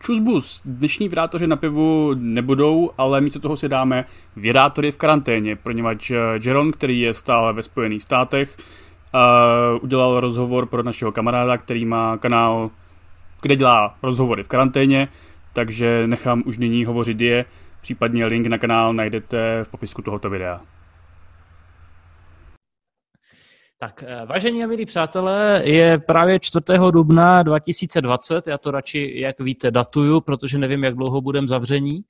Čusbus, dnešní vědátoři na pivu nebudou, ale místo toho si dáme vědátory v karanténě, poněvadž Jeron, který je stále ve Spojených státech, udělal rozhovor pro našeho kamaráda, který má kanál, kde dělá rozhovory v karanténě, takže nechám už nyní hovořit je, případně link na kanál najdete v popisku tohoto videa. Tak, vážení a milí přátelé, je právě 4. dubna 2020, já to radši, jak víte, datuju, protože nevím, jak dlouho budeme zavření.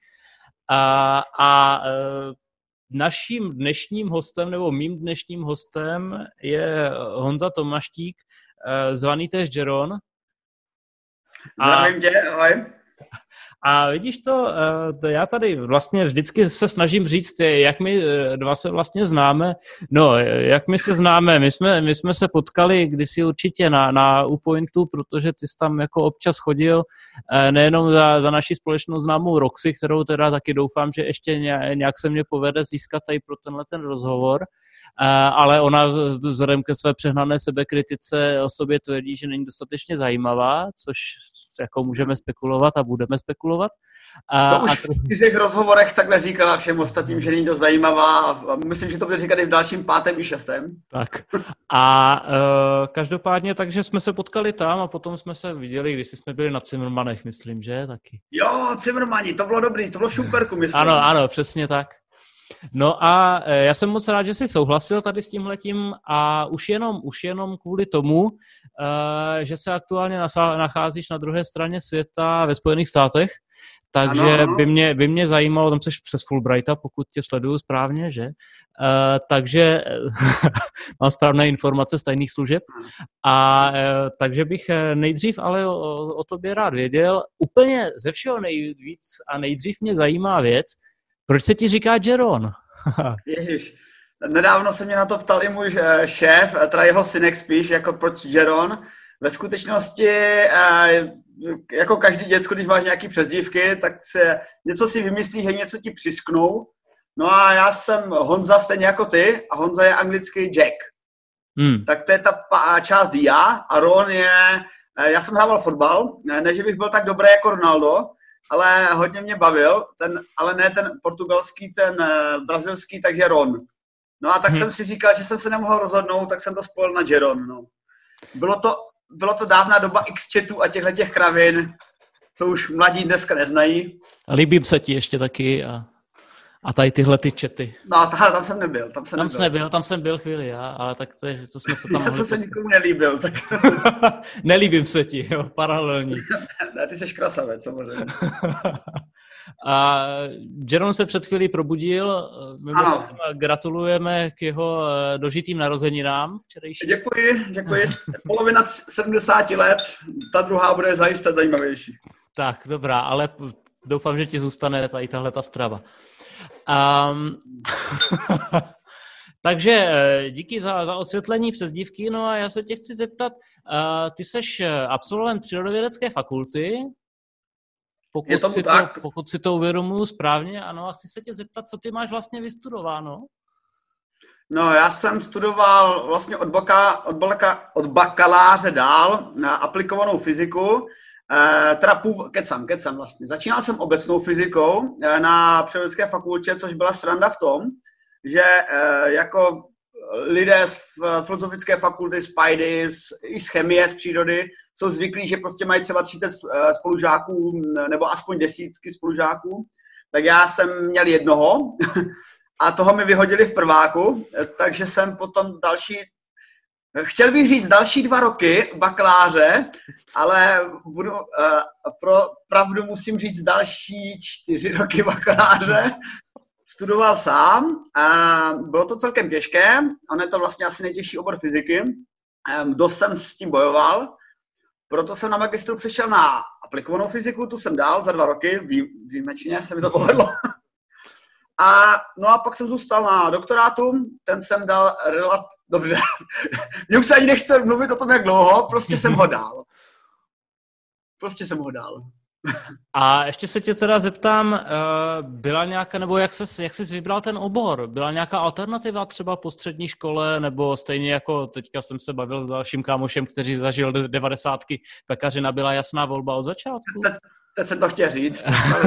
Naším dnešním hostem, nebo mým dnešním hostem je Honza Tomaštík, zvaný též Jeron. Zdravím tě, ahoj. A vidíš to, já tady vlastně vždycky se snažím říct, jak my dva se vlastně známe. No, jak my se známe, my jsme se potkali kdysi určitě na UPointu, protože ty jsi tam jako občas chodil, nejenom za naši společnou známou Roxy, kterou teda taky doufám, že ještě nějak se mě povede získat tady pro tenhle ten rozhovor, ale ona vzhledem ke své přehnané sebekritice o sobě tvrdí, že není dostatečně zajímavá, což jako můžeme spekulovat a budeme spekulovat. To už v těch rozhovorech takhle říkala všem ostatním, že není dost zajímavá a myslím, že to bude říkat i v dalším 5. i 6. Tak. Každopádně, takže jsme se potkali tam a potom jsme se viděli, když jsme byli na Cimrmanech, myslím, že taky. Jo, Cimrmani, to bylo dobrý, to bylo šuperku, myslím. Ano, přesně tak. No a já jsem moc rád, že jsi souhlasil tady s tímhletím a už jenom kvůli tomu, že se aktuálně nacházíš na druhé straně světa ve Spojených státech, takže ano. By mě zajímalo, tam jsi přes Fulbrighta, pokud tě sleduju správně, že? Takže mám správné informace z tajných služeb takže bych nejdřív ale o tobě rád věděl. Úplně ze všeho nejvíc a nejdřív mě zajímá věc, proč se ti říká Jeron? Ježiš, nedávno se mě na to ptal i můj šéf, teda jeho synek spíš, jako proč Jeron. Ve skutečnosti, jako každý děcko, když máš nějaký přezdívky, tak se něco si vymyslí, že něco ti přisknou. No a já jsem Honza stejně jako ty a Honza je anglický Jack. Tak to je ta část já a Ron je, já jsem hrával fotbal, ne, že bych byl tak dobrý jako Ronaldo, ale hodně mě bavil, ale ne ten portugalský, ten brazilský, takže Ron. No a tak jsem si říkal, že jsem se nemohl rozhodnout, tak jsem to spojil na Jeron. No. Bylo to dávná doba X-chatů a těchto kravin, to už mladí dneska neznají. A líbím se ti ještě taky a tady tyhle ty chaty. No, tam jsem nebyl. Tam jsem byl chvíli, ale tak to jsme se tam já jsem se nikomu nelíbil. Tak... Nelíbím se ti, jo, paralelní. Ne, ty jsi krasavec, samozřejmě. A Jeron se před chvílí probudil. Gratulujeme k jeho dožitým narozeninám včerejším. Děkuji. Polovina 70 let, ta druhá bude zajisté zajímavější. Tak, dobrá, ale doufám, že ti zůstane tady tahleta strava. Takže díky za osvětlení přezdívky. No a já se tě chci zeptat, ty seš absolvent přírodovědecké fakulty, pokud si to uvědomuji správně, ano, a chci se tě zeptat, co ty máš vlastně vystudováno? No, já jsem studoval vlastně od bakaláře dál na aplikovanou fyziku, kecam vlastně. Začínal jsem obecnou fyzikou na přírodovědecké fakultě, což byla sranda v tom, že jako lidé z filozofické fakulty, z PAIDy, i z chemie, z přírody, jsou zvyklí, že prostě mají třeba 30 spolužáků nebo aspoň desítky spolužáků, tak já jsem měl jednoho a toho mi vyhodili v prváku, takže jsem potom chtěl bych říct další 2 roky bakaláře, ale pro pravdu musím říct další 4 roky bakaláře. Studoval sám a bylo to celkem těžké, on je to vlastně asi nejtěžší obor fyziky, dost jsem s tím bojoval, proto jsem na magistru přešel na aplikovanou fyziku, tu jsem dal za 2 roky, výjimečně se mi to povedlo. No a pak jsem zůstal na doktorátu, ten jsem dal dobře, mě už se ani nechce mluvit o tom, jak dlouho, prostě jsem ho dal. A ještě se tě teda zeptám, byla nějaká, nebo jak jsi vybral ten obor? Byla nějaká alternativa třeba po střední škole, nebo stejně jako teďka jsem se bavil s dalším kámošem, který zažil 90. pekařina, byla jasná volba od začátku? teď jsem to chtěl říct.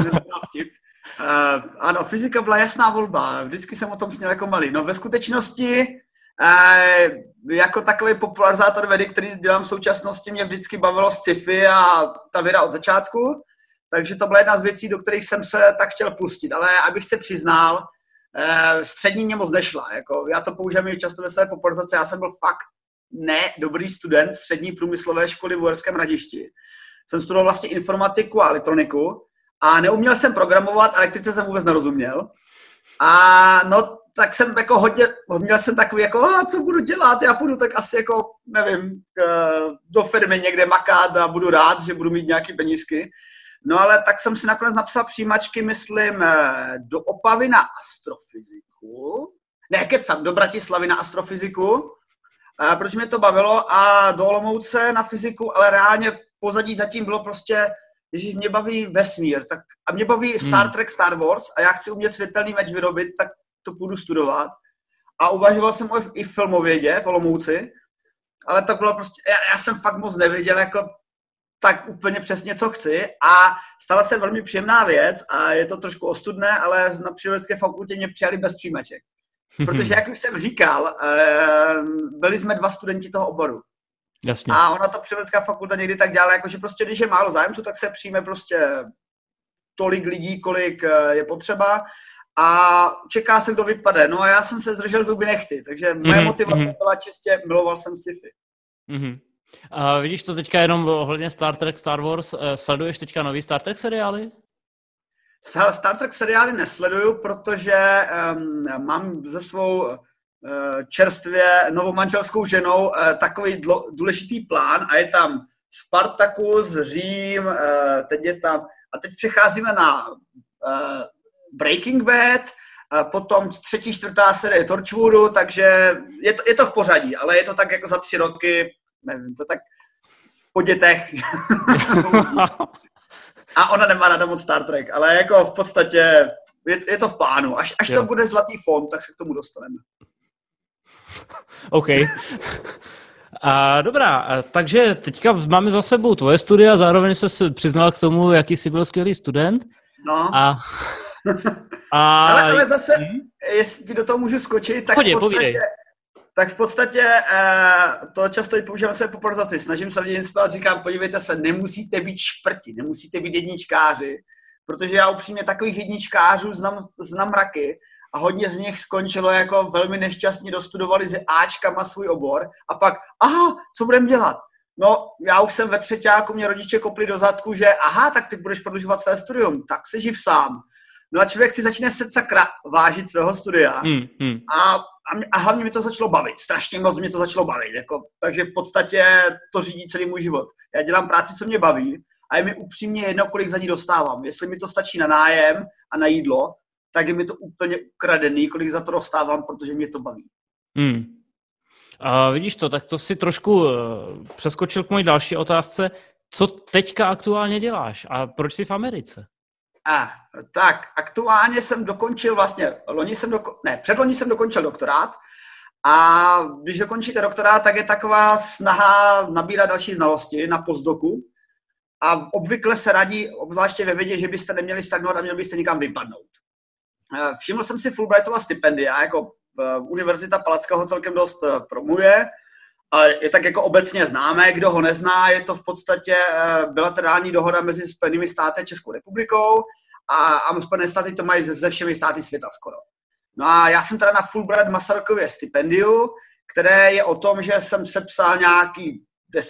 Ano, fyzika byla jasná volba, vždycky jsem o tom sněl jako malý. No ve skutečnosti jako takový popularizátor vědy, který dělám v současnosti, mě vždycky bavilo sci-fi a ta věda od začátku, takže to byla jedna z věcí, do kterých jsem se tak chtěl pustit, ale abych se přiznal, střední mě moc nešla, jako já to používám i často ve své popularizaci, já jsem byl fakt dobrý student střední průmyslové školy v Uherském Hradišti. Jsem studoval vlastně informatiku a elektroniku a neuměl jsem programovat, elektrice jsem vůbec nerozuměl. A no, tak jsem jako měl jsem takový jako, co budu dělat, já půjdu tak asi jako, nevím, do firmy někde makat a budu rád, že budu mít nějaký penízky. No ale tak jsem si nakonec napsal přijímačky, myslím, do Opavy na astrofyziku. Ne, kecam, do Bratislavy na astrofyziku, protože mě to bavilo a do Olomouce na fyziku, ale reálně pozadí zatím bylo prostě, že mě baví vesmír, tak a mě baví Star Trek, Star Wars a já chci umět světelný meč vyrobit, tak to půjdu studovat. A uvažoval jsem i v filmovědě v Olomouci, ale to bylo prostě, já jsem fakt moc nevěděl jako tak úplně přesně, co chci a stala se velmi příjemná věc a je to trošku ostudné, ale na Přírodovědecké fakultě mě přijali bez přijímaček. Protože, jak už jsem říkal, byli jsme 2 studenti toho oboru. Jasně. A ona ta Přírodecká fakulta někdy tak dělala, jakože prostě, když je málo zájemců, tak se přijme prostě tolik lidí, kolik je potřeba a čeká se, kdo vypadne. No a já jsem se zdržel zuby nechty, takže moje motivace byla čistě, miloval jsem sci-fi. A vidíš to teďka jenom ohledně Star Trek, Star Wars, sleduješ teďka nový Star Trek seriály? Star Trek seriály nesleduju, protože mám se svou čerstvě novou manželskou ženou takový důležitý plán a je tam Spartacus, Řím, teď přecházíme na Breaking Bad, potom 3., 4. série Torchwoodu, takže je to v pořadí, ale je to tak jako za 3 roky, nevím, to tak po dětech. A ona nemá ráda moc Star Trek, ale jako v podstatě je to v plánu. Až to bude zlatý fond, tak se k tomu dostaneme. OK. Dobrá, takže teďka máme za sebou tvoje studia, zároveň se přiznal k tomu, jaký jsi byl skvělý student. No. Ale zase, jestli do toho můžu skočit, tak v podstatě to často i používám své popularizaci. Snažím se lidi inspirovat, říkám, podívejte se, nemusíte být šprti, nemusíte být jedničkáři, protože já upřímně takových jedničkářů znám mraky a hodně z nich skončilo jako velmi nešťastně, dostudovali s Ačkama svůj obor a pak, co budeme dělat? No, já už jsem ve 3. mě rodiče kopli do zadku, že tak ty budeš prodlužovat své studium, tak se živ sám. No a člověk si začne sakra vážit svého studia a hlavně mi to začalo bavit, strašně moc mě to začalo bavit, jako, takže v podstatě to řídí celý můj život. Já dělám práci, co mě baví a je mi upřímně jedno, kolik za ní dostávám. Jestli mi to stačí na nájem a na jídlo, tak je mi to úplně ukradený, kolik za to dostávám, protože mě to baví. A vidíš to, tak to si trošku přeskočil k mojí další otázce. Co teďka aktuálně děláš a proč jsi v Americe? Tak, aktuálně jsem dokončil vlastně, předloni jsem dokončil doktorát a když dokončíte doktorát, tak je taková snaha nabírat další znalosti na postdoku a obvykle se radí, obzvláště ve vědě, že byste neměli stagnovat a měli byste někam vypadnout. Všiml jsem si Fulbrightova stipendia, jako Univerzita Palackého celkem dost promuje, a je tak jako obecně známé, kdo ho nezná, je to v podstatě bilaterální dohoda mezi Spojenými státy a Českou republikou a Spojené státy to mají se všemi státy světa skoro. No a já jsem teda na Fulbright Masarykově stipendiu, které je o tom, že jsem sepsal nějaký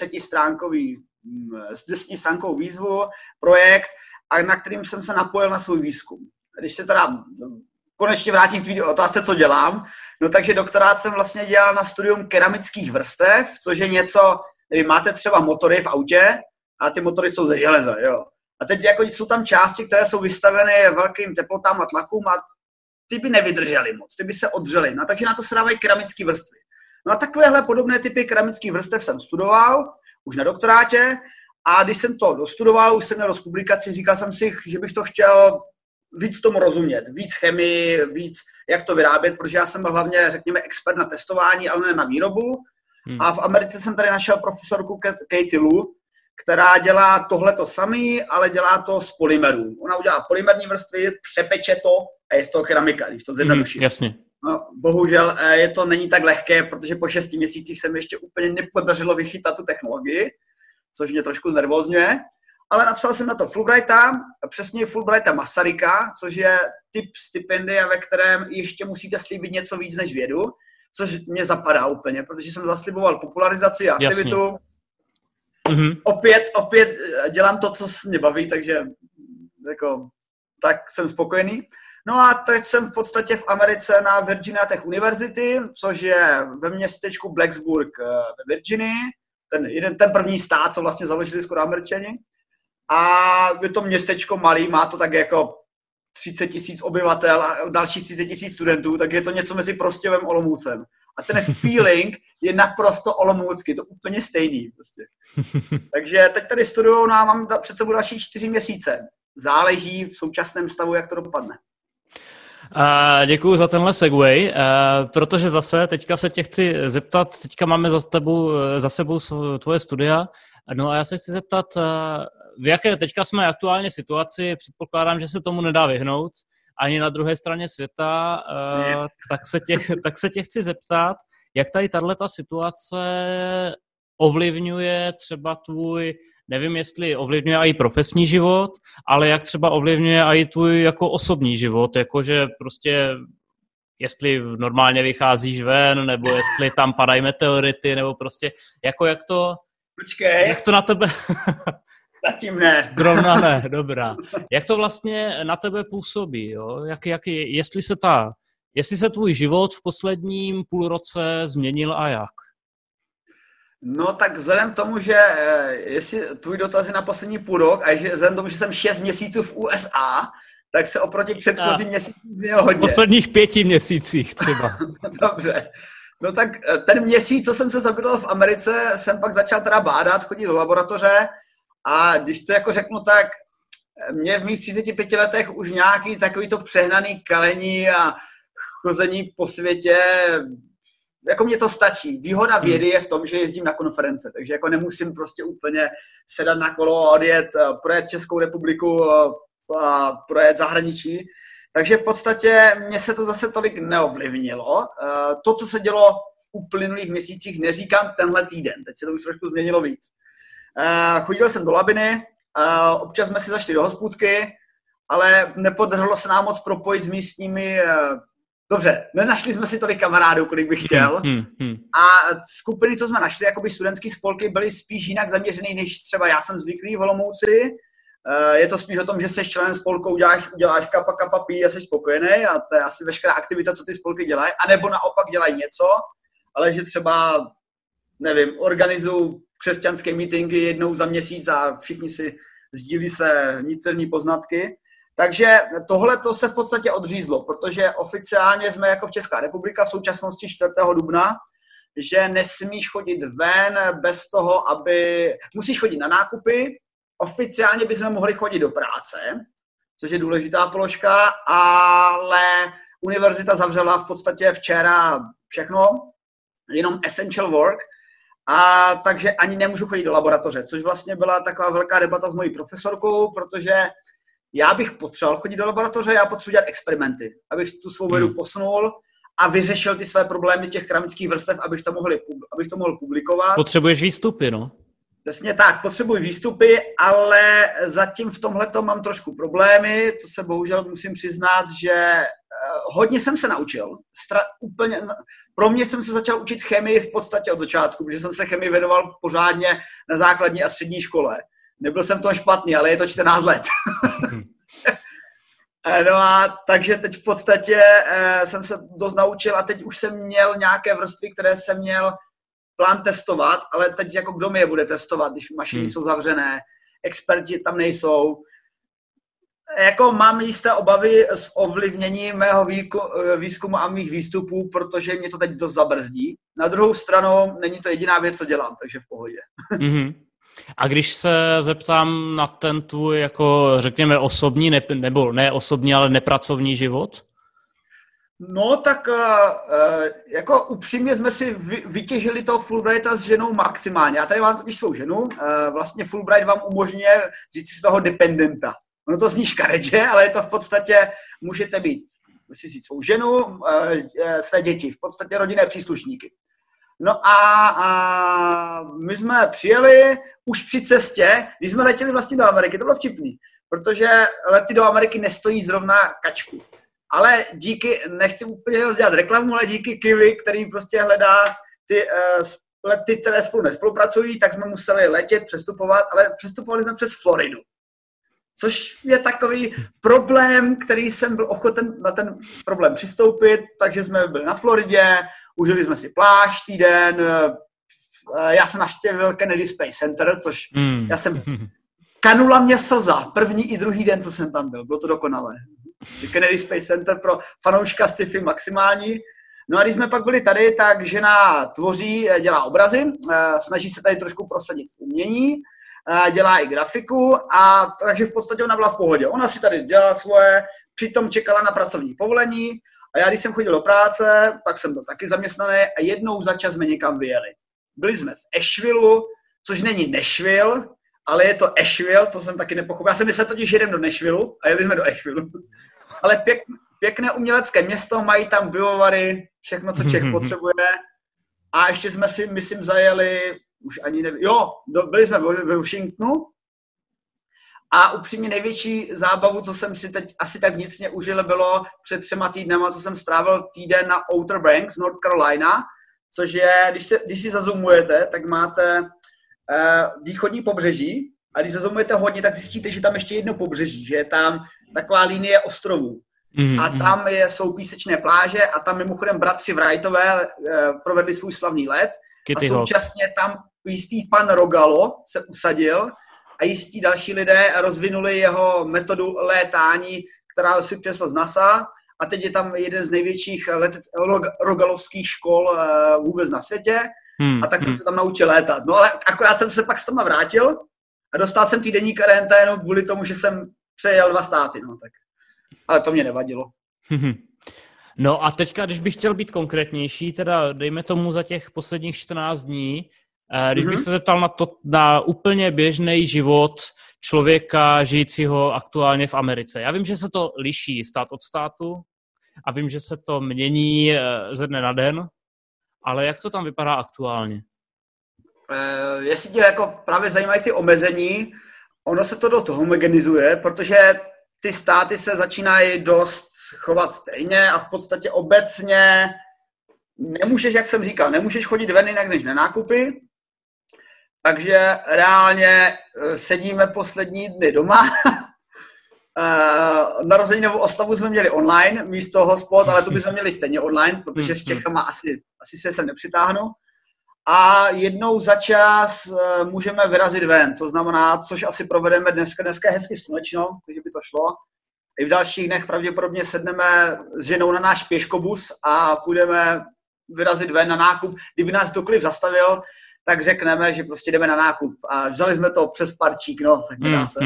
10stránkovou výzvu, projekt, a na kterým jsem se napojil na svůj výzkum. Když se teda konečně vrátím k tvý otázce, co dělám. No takže doktorát jsem vlastně dělal na studium keramických vrstev, což je něco, nevím, máte třeba motory v autě a ty motory jsou ze železa, jo. A teď jako jsou tam části, které jsou vystaveny velkým teplotám a tlakům a ty by nevydržely moc, ty by se odřely. No takže na to se dávají keramické vrstvy. No a takovéhle podobné typy keramických vrstev jsem studoval už na doktorátě a když jsem to dostudoval, už jsem měl dost publikací, říkal jsem si, že bych to chtěl víc tomu rozumět, víc chemii, víc jak to vyrábět, protože já jsem byl hlavně, řekněme, expert na testování, ale ne na výrobu. A v Americe jsem tady našel profesorku Katie Lu, která dělá tohleto samý, ale dělá to z polymerů. Ona udělá polymerní vrstvy, přepeče to a je z toho keramika, když to zjednoduším. Jasně. No, bohužel není tak lehké, protože po 6 měsících se mi ještě úplně nepodařilo vychytat tu technologii, což mě trošku znervózňuje. Ale napsal jsem na to Fulbrighta, přesně Fulbrighta Masaryka, což je typ stipendia, ve kterém ještě musíte slíbit něco víc než vědu, což mě zapadá úplně, protože jsem zasliboval popularizaci a aktivitu. Opět dělám to, co mě baví, takže jako, tak jsem spokojený. No a teď jsem v podstatě v Americe na Virginia Tech University, což je ve městečku Blacksburg ve Virginii, ten první stát, co vlastně založili skoro Američani. A je to městečko malý, má to tak jako 30 000 obyvatel a další 30 000 studentů, tak je to něco mezi Prostějovem a Olomoucem. A ten feeling je naprosto olomoucký, to úplně stejný. Prostě. Takže teď tady studuju, no a mám před sebou další 4 měsíce. Záleží v současném stavu, jak to dopadne. Děkuju za tenhle segway, protože zase teďka se tě chci zeptat, teďka máme za sebou tvoje studia, no a já se chci zeptat, v jaké teďka jsme aktuálně situaci, předpokládám, že se tomu nedá vyhnout, ani na druhé straně světa, tak se tě chci zeptat, jak tady tato situace ovlivňuje třeba tvůj, nevím, jestli ovlivňuje i profesní život, ale jak třeba ovlivňuje i tvůj jako osobní život, jakože prostě jestli normálně vycházíš ven, nebo jestli tam padají meteority, nebo prostě jako jak to... Počkej. Jak to na tebe... Zatím ne. Zrovna ne, dobrá. Jak to vlastně na tebe působí, jo? Jestli se tvůj život v posledním půlroce změnil a jak? No tak vzhledem k tomu, že jestli tvůj dotaz je na poslední půl rok a vzhledem k tomu, že jsem 6 měsíců v USA, tak se oproti předchozím měsícům změnil hodně. V posledních 5 měsících třeba. Dobře. No tak ten měsíc, co jsem se zabydlel v Americe, jsem pak začal teda bádat, chodit do laboratoře a když to jako řeknu tak, mě v mých 35 letech už nějaký takový to přehnaný kalení a chození po světě, jako mě to stačí. Výhoda vědy je v tom, že jezdím na konference, takže jako nemusím prostě úplně sedat na kolo a projet Českou republiku a projet zahraničí. Takže v podstatě mě se to zase tolik neovlivnilo. To, co se dělo v uplynulých měsících, neříkám tenhle týden, teď se to už trošku změnilo víc. Chodil jsem do Labiny, občas jsme si zašli do hospůdky, ale nepodařilo se nám moc propojit s místními. Dobře, nenašli jsme si tolik kamarádů, kolik bych chtěl. A skupiny, co jsme našli, jakoby studentský spolky, byly spíš jinak zaměřený, než třeba já jsem zvyklý v Olomouci. Je to spíš o tom, že seš členem spolku, uděláš kapa pí a jsi spokojený a to je asi veškerá aktivita, co ty spolky dělají. A nebo naopak dělají něco, ale že třeba, nevím, organizují křesťanské meetingy jednou za měsíc a všichni si sdílí své vnitřní poznatky. Takže tohle to se v podstatě odřízlo, protože oficiálně jsme jako v Česká republika v současnosti 4. dubna, že nesmíš chodit ven bez toho, musíš chodit na nákupy, oficiálně bychom mohli chodit do práce, což je důležitá položka, ale univerzita zavřela v podstatě včera všechno, jenom essential work, a takže ani nemůžu chodit do laboratoře, což vlastně byla taková velká debata s mojí profesorkou, protože já bych potřeboval chodit do laboratoře, já potřebuji dělat experimenty, abych tu svou vědu posunul a vyřešil ty své problémy těch keramických vrstev, abych to mohl publikovat. Potřebuješ výstupy, no? Přesně tak, potřebuji výstupy, ale zatím v tomhletom mám trošku problémy, to se bohužel musím přiznat, že hodně jsem se naučil. Pro mě jsem se začal učit chemii v podstatě od začátku, protože jsem se chemii věnoval pořádně na základní a střední škole. Nebyl jsem to špatný, ale je to 14 let. No a takže teď v podstatě jsem se dost naučil a teď už jsem měl nějaké vrstvy, které jsem měl plán testovat, ale teď jako kdo mi je bude testovat, když mašiny jsou zavřené, experti tam nejsou. Jako mám jisté obavy s ovlivněním mého výzkumu a mých výstupů, protože mě to teď dost zabrzdí. Na druhou stranu není to jediná věc, co dělám, takže v pohodě. A když se zeptám na ten tvůj, jako řekněme, osobní, nebo ne osobní, ale nepracovní život? No tak jako upřímně jsme si vytěžili toho Fulbrighta s ženou maximálně. Já tady mám totiž svou ženu. Vlastně Fulbright vám umožňuje říct si svého dependenta. Ono to zní škaredě, ale je to v podstatě, můžete být, musíte říct svou ženu, své děti, v podstatě rodinné příslušníky. No a my jsme přijeli už při cestě, když jsme letěli vlastně do Ameriky, to bylo vtipný, protože lety do Ameriky nestojí zrovna kačku. Ale díky, nechci úplně dělat reklamu, ale díky Kiwi, který prostě hledá ty lety, které spolu nespolupracují, tak jsme museli letět, přestupovat, ale přestupovali jsme přes Floridu. Což je takový problém, který jsem byl ochoten na ten problém přistoupit, takže jsme byli na Floridě, užili jsme si pláž týden, já jsem navštívil Kennedy Space Center, což já jsem, kanula mě slza, první i druhý den, co jsem tam byl, bylo to dokonalé. Kennedy Space Center pro fanouška sci-fi maximální. No a když jsme pak byli tady, tak žena tvoří, dělá obrazy, snaží se tady trošku prosadit v umění, dělá i grafiku a takže v podstatě ona byla v pohodě. Ona si tady dělala svoje, přitom čekala na pracovní povolení a já když jsem chodil do práce, tak jsem byl taky zaměstnaný a jednou za čas jsme někam vyjeli. Byli jsme v Ashevilleu, což není Nashville, ale je to Asheville, to jsem taky nepochopil. Já jsem myslel totiž jedem do Nashvilleu a jeli jsme do Ashevilleu. Ale pěkné umělecké město, mají tam pivovary, všechno, co Čech potřebuje. A ještě jsme si, myslím, zajeli, už ani nevím, byli jsme ve Washingtonu. A upřímně největší zábavu, co jsem si teď asi tak vnitřně užil, bylo před 3 týdnama, co jsem strávil týden na Outer Banks, North Carolina, což je, když si zazoomujete, tak máte východní pobřeží a když zazoomujete hodně, tak zjistíte, že tam ještě jedno pobřeží, že je tam taková linie ostrovů. A tam jsou písečné pláže a tam mimochodem bratři Wrightové provedli svůj slavný let. Kitty a současně tam jistý pan Rogalo se usadil a jistí další lidé rozvinuli jeho metodu létání, která si přesla z NASA. A teď je tam jeden z největších rogalovských škol vůbec na světě. A tak jsem se tam naučil létat. No ale akorát jsem se pak z toho vrátil a dostal jsem týdenní karanténu kvůli tomu, že jsem přejel 2 státy. No, tak. Ale to mě nevadilo. No a teďka, když bych chtěl být konkrétnější, teda dejme tomu za těch posledních 14 dní, když bych se zeptal na úplně běžný život člověka žijícího aktuálně v Americe. Já vím, že se to liší stát od státu a vím, že se to mění ze dne na den, ale jak to tam vypadá aktuálně? Jestli tě jako právě zajímají ty omezení, ono se to dost homogenizuje, protože ty státy se začínají dost chovat stejně a v podstatě obecně nemůžeš, jak jsem říkal, nemůžeš chodit ven jinak než na nákupy, takže reálně sedíme poslední dny doma. Narozeninovou oslavu jsme měli online místo hospod, ale tu bychom měli stejně online, protože s Čechama asi se sem nepřitáhnu. A jednou za čas můžeme vyrazit ven, to znamená, což asi provedeme dneska je hezky slunečno, takže by to šlo. I v dalších dnech pravděpodobně sedneme s ženou na náš pěškobus a půjdeme vyrazit ven na nákup. Kdyby nás kdokoliv zastavil, tak řekneme, že prostě jdeme na nákup. A vzali jsme to přes parčík, no, tak nedá se.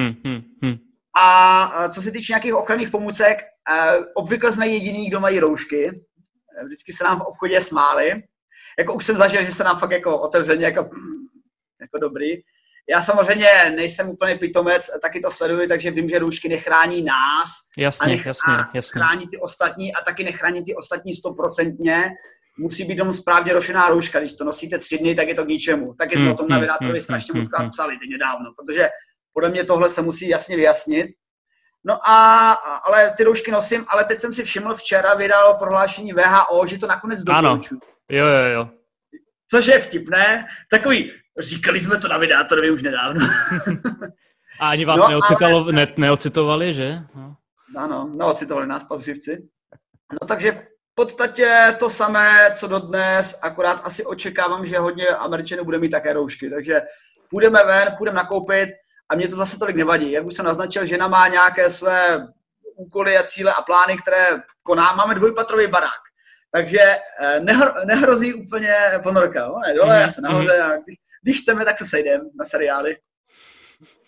A co se týče nějakých ochranných pomůcek, obvykle jsme jediný, kdo mají roušky. Vždycky se nám v obchodě smáli. Jako už jsem zažil, že se nám fakt jako otevřeně jako dobrý. Já samozřejmě nejsem úplně pitomec, taky to sleduji, takže vím, že roušky nechrání nás. Jasně. Chrání ty ostatní a taky nechrání ty ostatní 100%. Musí být tomu správně rošená rouška. Když to nosíte 3 dny, tak je to k ničemu. Taky jsme o tom na vydátorovi strašně moc krát psali teď nedávno, protože podle mě tohle se musí jasně vyjasnit. No ale ty roušky nosím, ale teď jsem si všiml, včera vydalo prohlášení WHO, že to nakonec doporučuji. Jo. Což je vtipné. Takový, říkali jsme to na vydátorovi už nedávno. A ani vás neocitovali, že? No. Ano, neocitovali nás pazřivci. No takže v podstatě to samé, co dodnes, akorát asi očekávám, že hodně Američanů bude mít také roušky. Takže půjdeme ven, půjdeme nakoupit a mě to zase tolik nevadí. Jak už jsem naznačil, žena má nějaké své úkoly a cíle a plány, které koná. Máme 2patrový barák. Takže nehrozí úplně ponorka. Ne, dole, já se nahoře a když chceme, tak se sejdeme na seriály.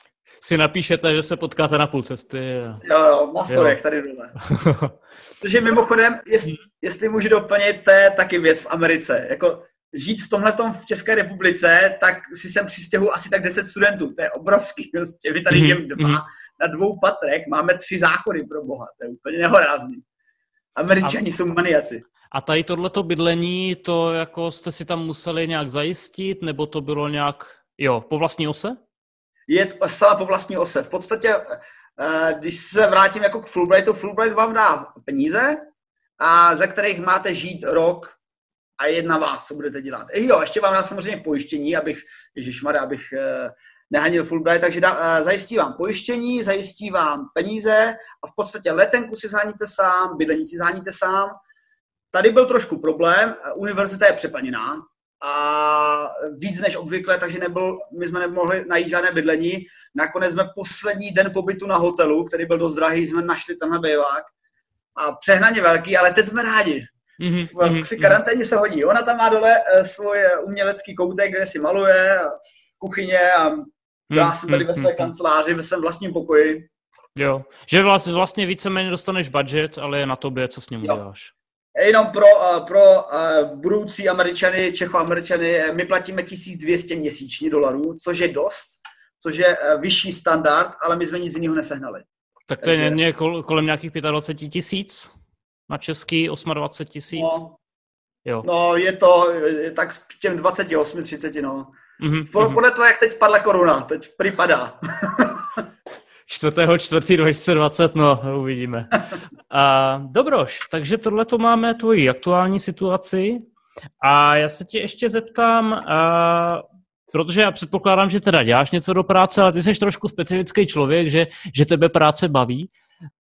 si napíšete, že se potkáte na půl cesty. Jo, na schodech tady dole. Protože mimochodem, jestli můžu doplnit, to je taky věc v Americe. Jako žít v tomhletom v České republice, tak si sem přistěhuji asi tak 10 studentů. To je obrovský. Prostě my tady žijeme na 2 patrech, máme 3 záchody pro boha. To je úplně nehorázný. Američani jsou maniaci. A tady tohleto bydlení, to jako jste si tam museli nějak zajistit, nebo to bylo nějak, po vlastní ose? Je to zcela po vlastní ose. V podstatě, když se vrátím jako k Fulbrightu, Fulbright vám dá peníze, a za kterých máte žít rok a je na vás, co budete dělat. Ještě vám dá samozřejmě pojištění, abych nehanil Fulbright, takže zajistí vám pojištění, zajistí vám peníze a v podstatě letenku si zháníte sám, bydlení si zháníte sám. Tady byl trošku problém, univerzita je přeplněná a víc než obvykle, takže my jsme nemohli najít žádné bydlení. Nakonec jsme poslední den pobytu na hotelu, který byl dost drahý, jsme našli tenhle bývák a přehnaně velký, ale teď jsme rádi. Při karanténě se hodí. Ona tam má dole svůj umělecký koutek, kde si maluje, kuchyně a já jsem tady ve své kanceláři, ve svém vlastním pokoji. Jo, že vlastně víceméně dostaneš budget, ale je na tobě, co s ním uděláš. Jenom pro budoucí Američany, Čechoameričany, my platíme $1200 měsíčně, což je dost, což je vyšší standard, ale my jsme nic jiného nesehnali. Tak to je kolem nějakých 25 000 na český, 28 000. No, jo. No, je to tak s těm 28, 30, no. Podle toho, jak teď spadla koruna, teď připadá. 4.4.2020, no, uvidíme. Dobroš, takže tohleto máme tvoji aktuální situaci a já se tě ještě zeptám, protože já předpokládám, že teda děláš něco do práce, ale ty jsi trošku specifický člověk, že tebe práce baví.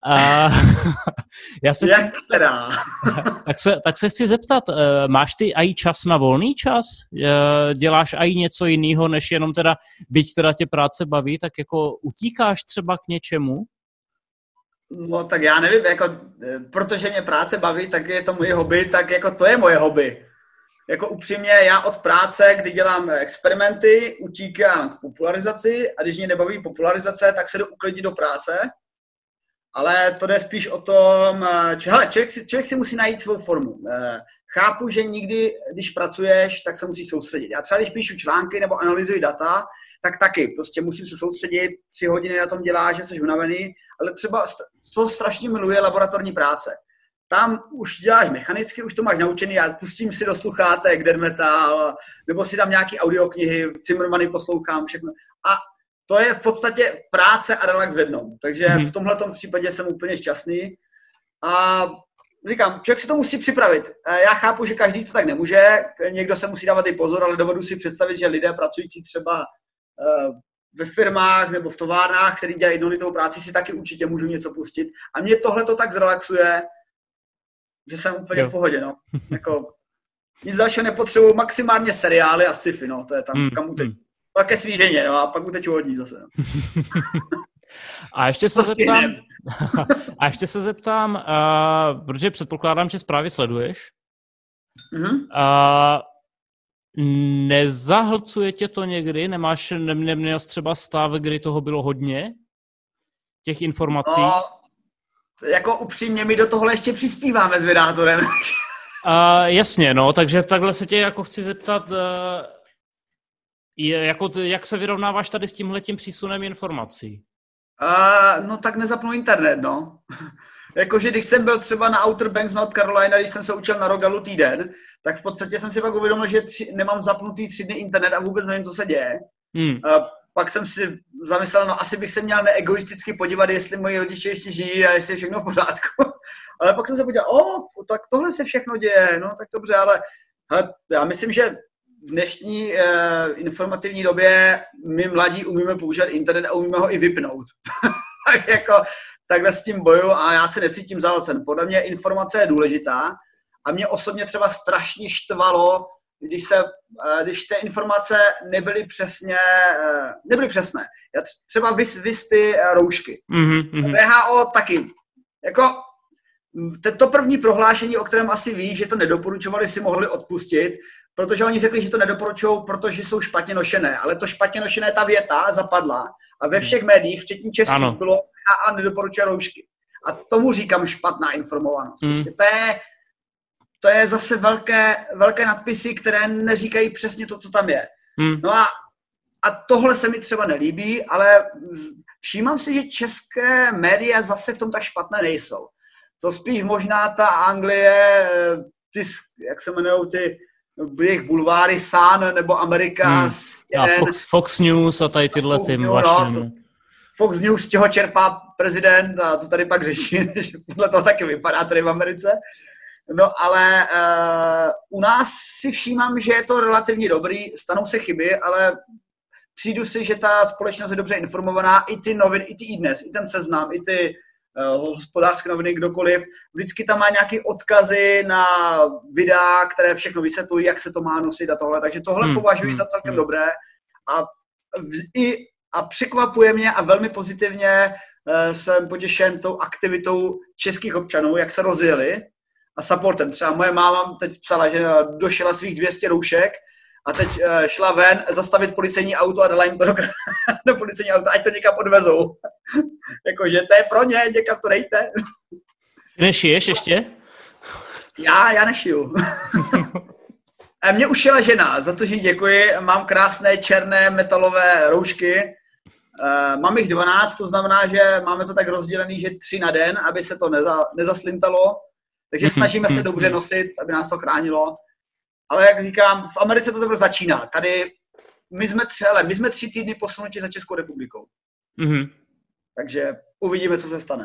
Tak se chci zeptat, máš ty aj čas na volný čas? Děláš aj něco jiného, než jenom teda, byť teda tě práce baví, tak jako utíkáš třeba k něčemu? No tak já nevím, jako, protože mě práce baví, tak je to moje hobby, tak jako to je moje hobby. Jako upřímně, já od práce, kdy dělám experimenty, utíkám k popularizaci a když mě nebaví popularizace, tak se jdu uklidit do práce. Ale to jde spíš o tom, člověk si musí najít svou formu. Chápu, že nikdy, když pracuješ, tak se musíš soustředit. Já třeba, když píšu články nebo analyzuji data, tak taky. Prostě musím se soustředit, 3 hodiny na tom děláš, že jsi unavený, ale třeba, co strašně miluje, laboratorní práce. Tam už děláš mechanicky, už to máš naučený, já pustím si do sluchátek death metal, nebo si dám nějaký audioknihy, Zimmermany poslouchám, všechno. A to je v podstatě práce a relax v jednom. Takže v tomhletom případě jsem úplně šťastný. A říkám, člověk si to musí připravit. Já chápu, že každý to tak nemůže, někdo se musí dávat i pozor, ale dovedu si představit, že lidé pracující třeba ve firmách nebo v továrnách, který dělají jednolitou práci, si taky určitě můžu něco pustit. A mě tohle to tak zrelaxuje, že jsem úplně v pohodě. No. Jako, nic dalšího nepotřebuji, maximálně seriály a sci-fi, no. To je tam, kam uteču. Pak ke svířeně, no, a pak uteču od ní zase. No. A ještě se zeptám, protože předpokládám, že zprávy sleduješ. Nezahlcuje tě to někdy? Neměl jsi třeba stav, kdy toho bylo hodně? Těch informací? No, jako upřímně, my do tohle ještě přispíváme s Vydátorem. Jasně, no, takže takhle se tě jako chci zeptat, jak se vyrovnáváš tady s tímhletím přísunem informací? No tak nezapnu internet, no. Jakože když jsem byl třeba na Outer Banks, North Carolina, když jsem se učil na Rogalu týden, tak v podstatě jsem si pak uvědomil, že nemám zapnutý 3 dny internet a vůbec nevím, co se děje. Pak jsem si zamyslel, no asi bych se měl neegoisticky podívat, jestli moji rodiče ještě žijí a jestli je všechno v pořádku. Ale pak jsem se podíval, tak tohle se všechno děje, no tak dobře, ale já myslím, že v dnešní informativní době my mladí umíme používat internet a umíme ho i vypnout. Tak jako takhle s tím boju a já se necítím zahlcen. Podle mě informace je důležitá a mě osobně třeba strašně štvalo, když ty informace nebyly přesné. Třeba vys ty roušky. WHO taky. Jako to první prohlášení, o kterém asi víš, že to nedoporučovali, si mohli odpustit, protože oni řekli, že to nedoporučují, protože jsou špatně nošené. Ale to špatně nošené, ta věta zapadla a ve všech médiích, včetně českých, bylo a nedoporučuje roušky. A tomu říkám špatná informovanost. Prostě to je zase velké nadpisy, které neříkají přesně to, co tam je. No a tohle se mi třeba nelíbí, ale všímám si, že české média zase v tom tak špatné nejsou. To spíš možná ta Anglie, jak se jmenujou ty jejich bulváry, Sun nebo Amerika. Fox News a tady tyhle ty vaše. Fox News, z čeho čerpá prezident a co tady pak řeší, že podle toho taky vypadá tady v Americe. No ale u nás si všímám, že je to relativně dobrý, stanou se chyby, ale přijdu si, že ta společnost je dobře informovaná, i ty noviny, i ty iDnes, i ten Seznam, i ty Hospodářské noviny, kdokoliv, vždycky tam má nějaké odkazy na videa, které všechno vysvětlují, jak se to má nosit a tohle, takže tohle považuji za celkem dobré a překvapuje mě a velmi pozitivně jsem potěšen tou aktivitou českých občanů, jak se rozjeli a supportem. Třeba moje máma teď psala, že došla svých 200 roušek a teď šla ven zastavit policejní auto a dala jim to do policejní auta, ať to někam odvezou. Jakože to je pro ně, někam to dejte. Ty nešiješ ještě? Já nešiju. A mě ušila žena, za což jí děkuji. Mám krásné černé metalové roušky. Mám jich 12, to znamená, že máme to tak rozdělený, že 3 na den, aby se to nezaslintalo. Takže snažíme se dobře nosit, aby nás to chránilo. Ale jak říkám, v Americe to teprve začíná. Tady my jsme 3 týdny posunuti za Českou republikou. Takže uvidíme, co se stane.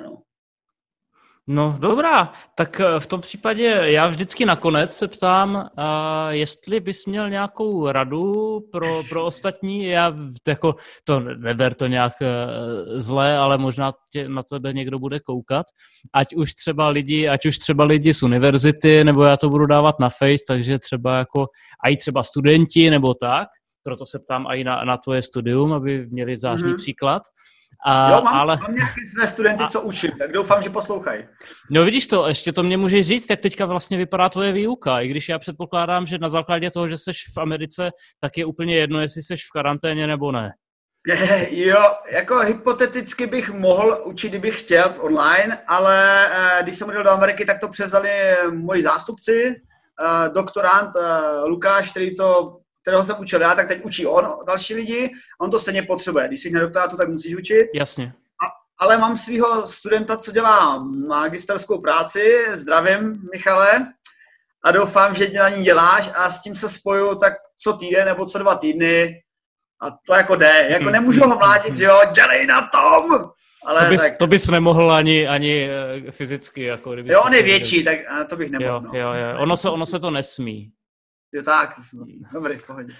No dobrá, tak v tom případě já vždycky nakonec se ptám, jestli bys měl nějakou radu pro ostatní, já jako to neber to nějak zlé, ale možná na tebe někdo bude koukat, ať už třeba lidi z univerzity, nebo já to budu dávat na Face, takže třeba jako i třeba studenti nebo tak, proto se ptám i na tvoje studium, aby měli zářný příklad. Mám nějaké své studenty, co učím, tak doufám, že poslouchají. No vidíš to, ještě to mě můžeš říct, jak teďka vlastně vypadá tvoje výuka, i když já předpokládám, že na základě toho, že seš v Americe, tak je úplně jedno, jestli seš v karanténě nebo ne. Jo, jako hypoteticky bych mohl učit, kdybych chtěl online, ale když jsem odjel do Ameriky, tak to převzali moji zástupci, doktorant Lukáš, kterého jsem učil já, tak teď učí on, další lidi, on to stejně potřebuje. Když jsi na doktorátu, tak musíš učit. Jasně. Ale mám svého studenta, co dělá magisterskou práci, zdravím, Michale, a doufám, že na ní děláš a s tím se spojuju tak co týden nebo co 2 týdny a to jako jde. Jako nemůžu ho mlátit, že jo, dělej na tom! Ale to bys nemohl ani fyzicky. Jako jo, on je větší, tak to bych nemohl. Jo. Ono se to nesmí. Jo, tak, dobrý, v pohodě.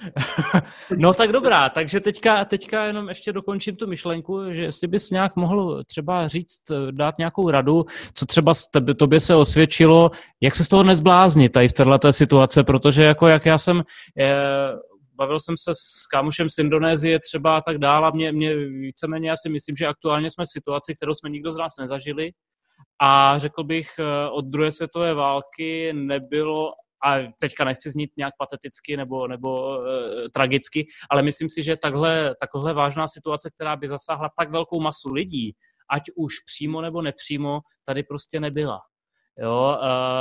No tak dobrá, takže teďka jenom ještě dokončím tu myšlenku, že jestli bys nějak mohl třeba říct, dát nějakou radu, co třeba tobě se osvědčilo, jak se z toho nezbláznit tady z téhleté situace, protože jako jak já jsem, bavil jsem se s kámošem z Indonésie třeba a tak dál a mě víceméně já si myslím, že aktuálně jsme v situaci, kterou jsme nikdo z nás nezažili a řekl bych, od druhé světové války nebylo, a teďka nechci znít nějak pateticky nebo tragicky, ale myslím si, že takhle vážná situace, která by zasáhla tak velkou masu lidí, ať už přímo nebo nepřímo, tady prostě nebyla. Jo,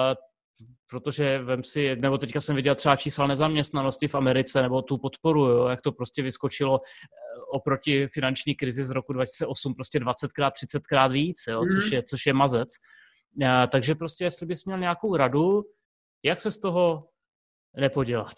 protože vem si, nebo teďka jsem viděl třeba čísla nezaměstnanosti v Americe, nebo tu podporu, jo, jak to prostě vyskočilo oproti finanční krizi z roku 2008 prostě 20krát, 30krát víc, jo, což je mazec. Takže prostě, jestli bys měl nějakou radu, jak se z toho nepodělat?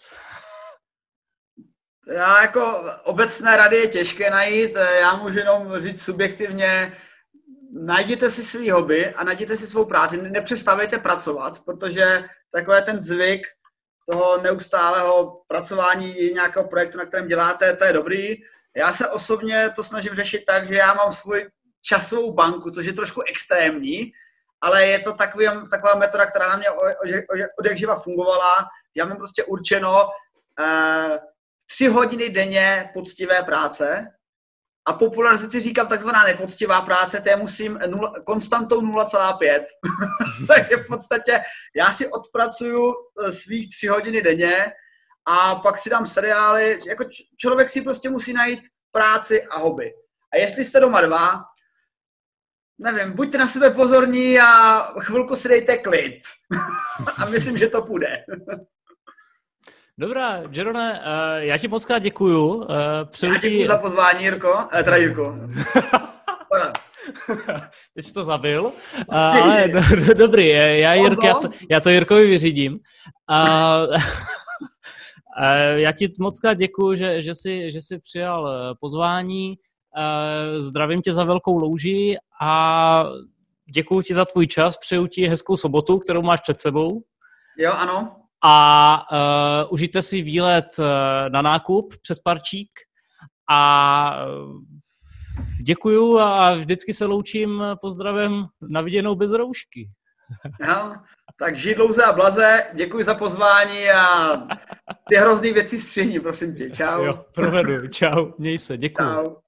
Já jako obecné rady je těžké najít, já můžu jenom říct subjektivně, najděte si svý hobby a najděte si svou práci, nepřestávejte pracovat, protože takový ten zvyk toho neustálého pracování nějakého projektu, na kterém děláte, to je dobrý. Já se osobně to snažím řešit tak, že já mám svůj časovou banku, což je trošku extrémní, ale je to taková metoda, která na mě od jak živa fungovala. Já mám prostě určeno 3 hodiny denně poctivé práce a popularizaci říkám takzvaná nepoctivá práce, té musím konstantou 0,5. Takže v podstatě já si odpracuju svých 3 hodiny denně a pak si dám seriály. Jako člověk si prostě musí najít práci a hobby. A jestli jste doma 2, nevím, buďte na sebe pozorní a chvilku si dejte klid. A myslím, že to půjde. Dobrá, Jerone, já ti moc krát děkuju. Já děkuju za pozvání, Jirko. Jirko. Ty jsi to zabil. Ale dobrý, já to Jirkovi vyřídím. Já ti moc krát děkuju, že jsi přijal pozvání. Zdravím tě za Velkou Louži a děkuju ti za tvůj čas. Přeju ti hezkou sobotu, kterou máš před sebou. Jo, ano. A užijte si výlet na nákup přes parčík a děkuju a vždycky se loučím pozdravem na viděnou bez roušky. No, tak žij dlouze a blaze, děkuji za pozvání a ty hrozný věci střihni, prosím tě. Čau. Jo, provedu. Čau, měj se, děkuju. Čau.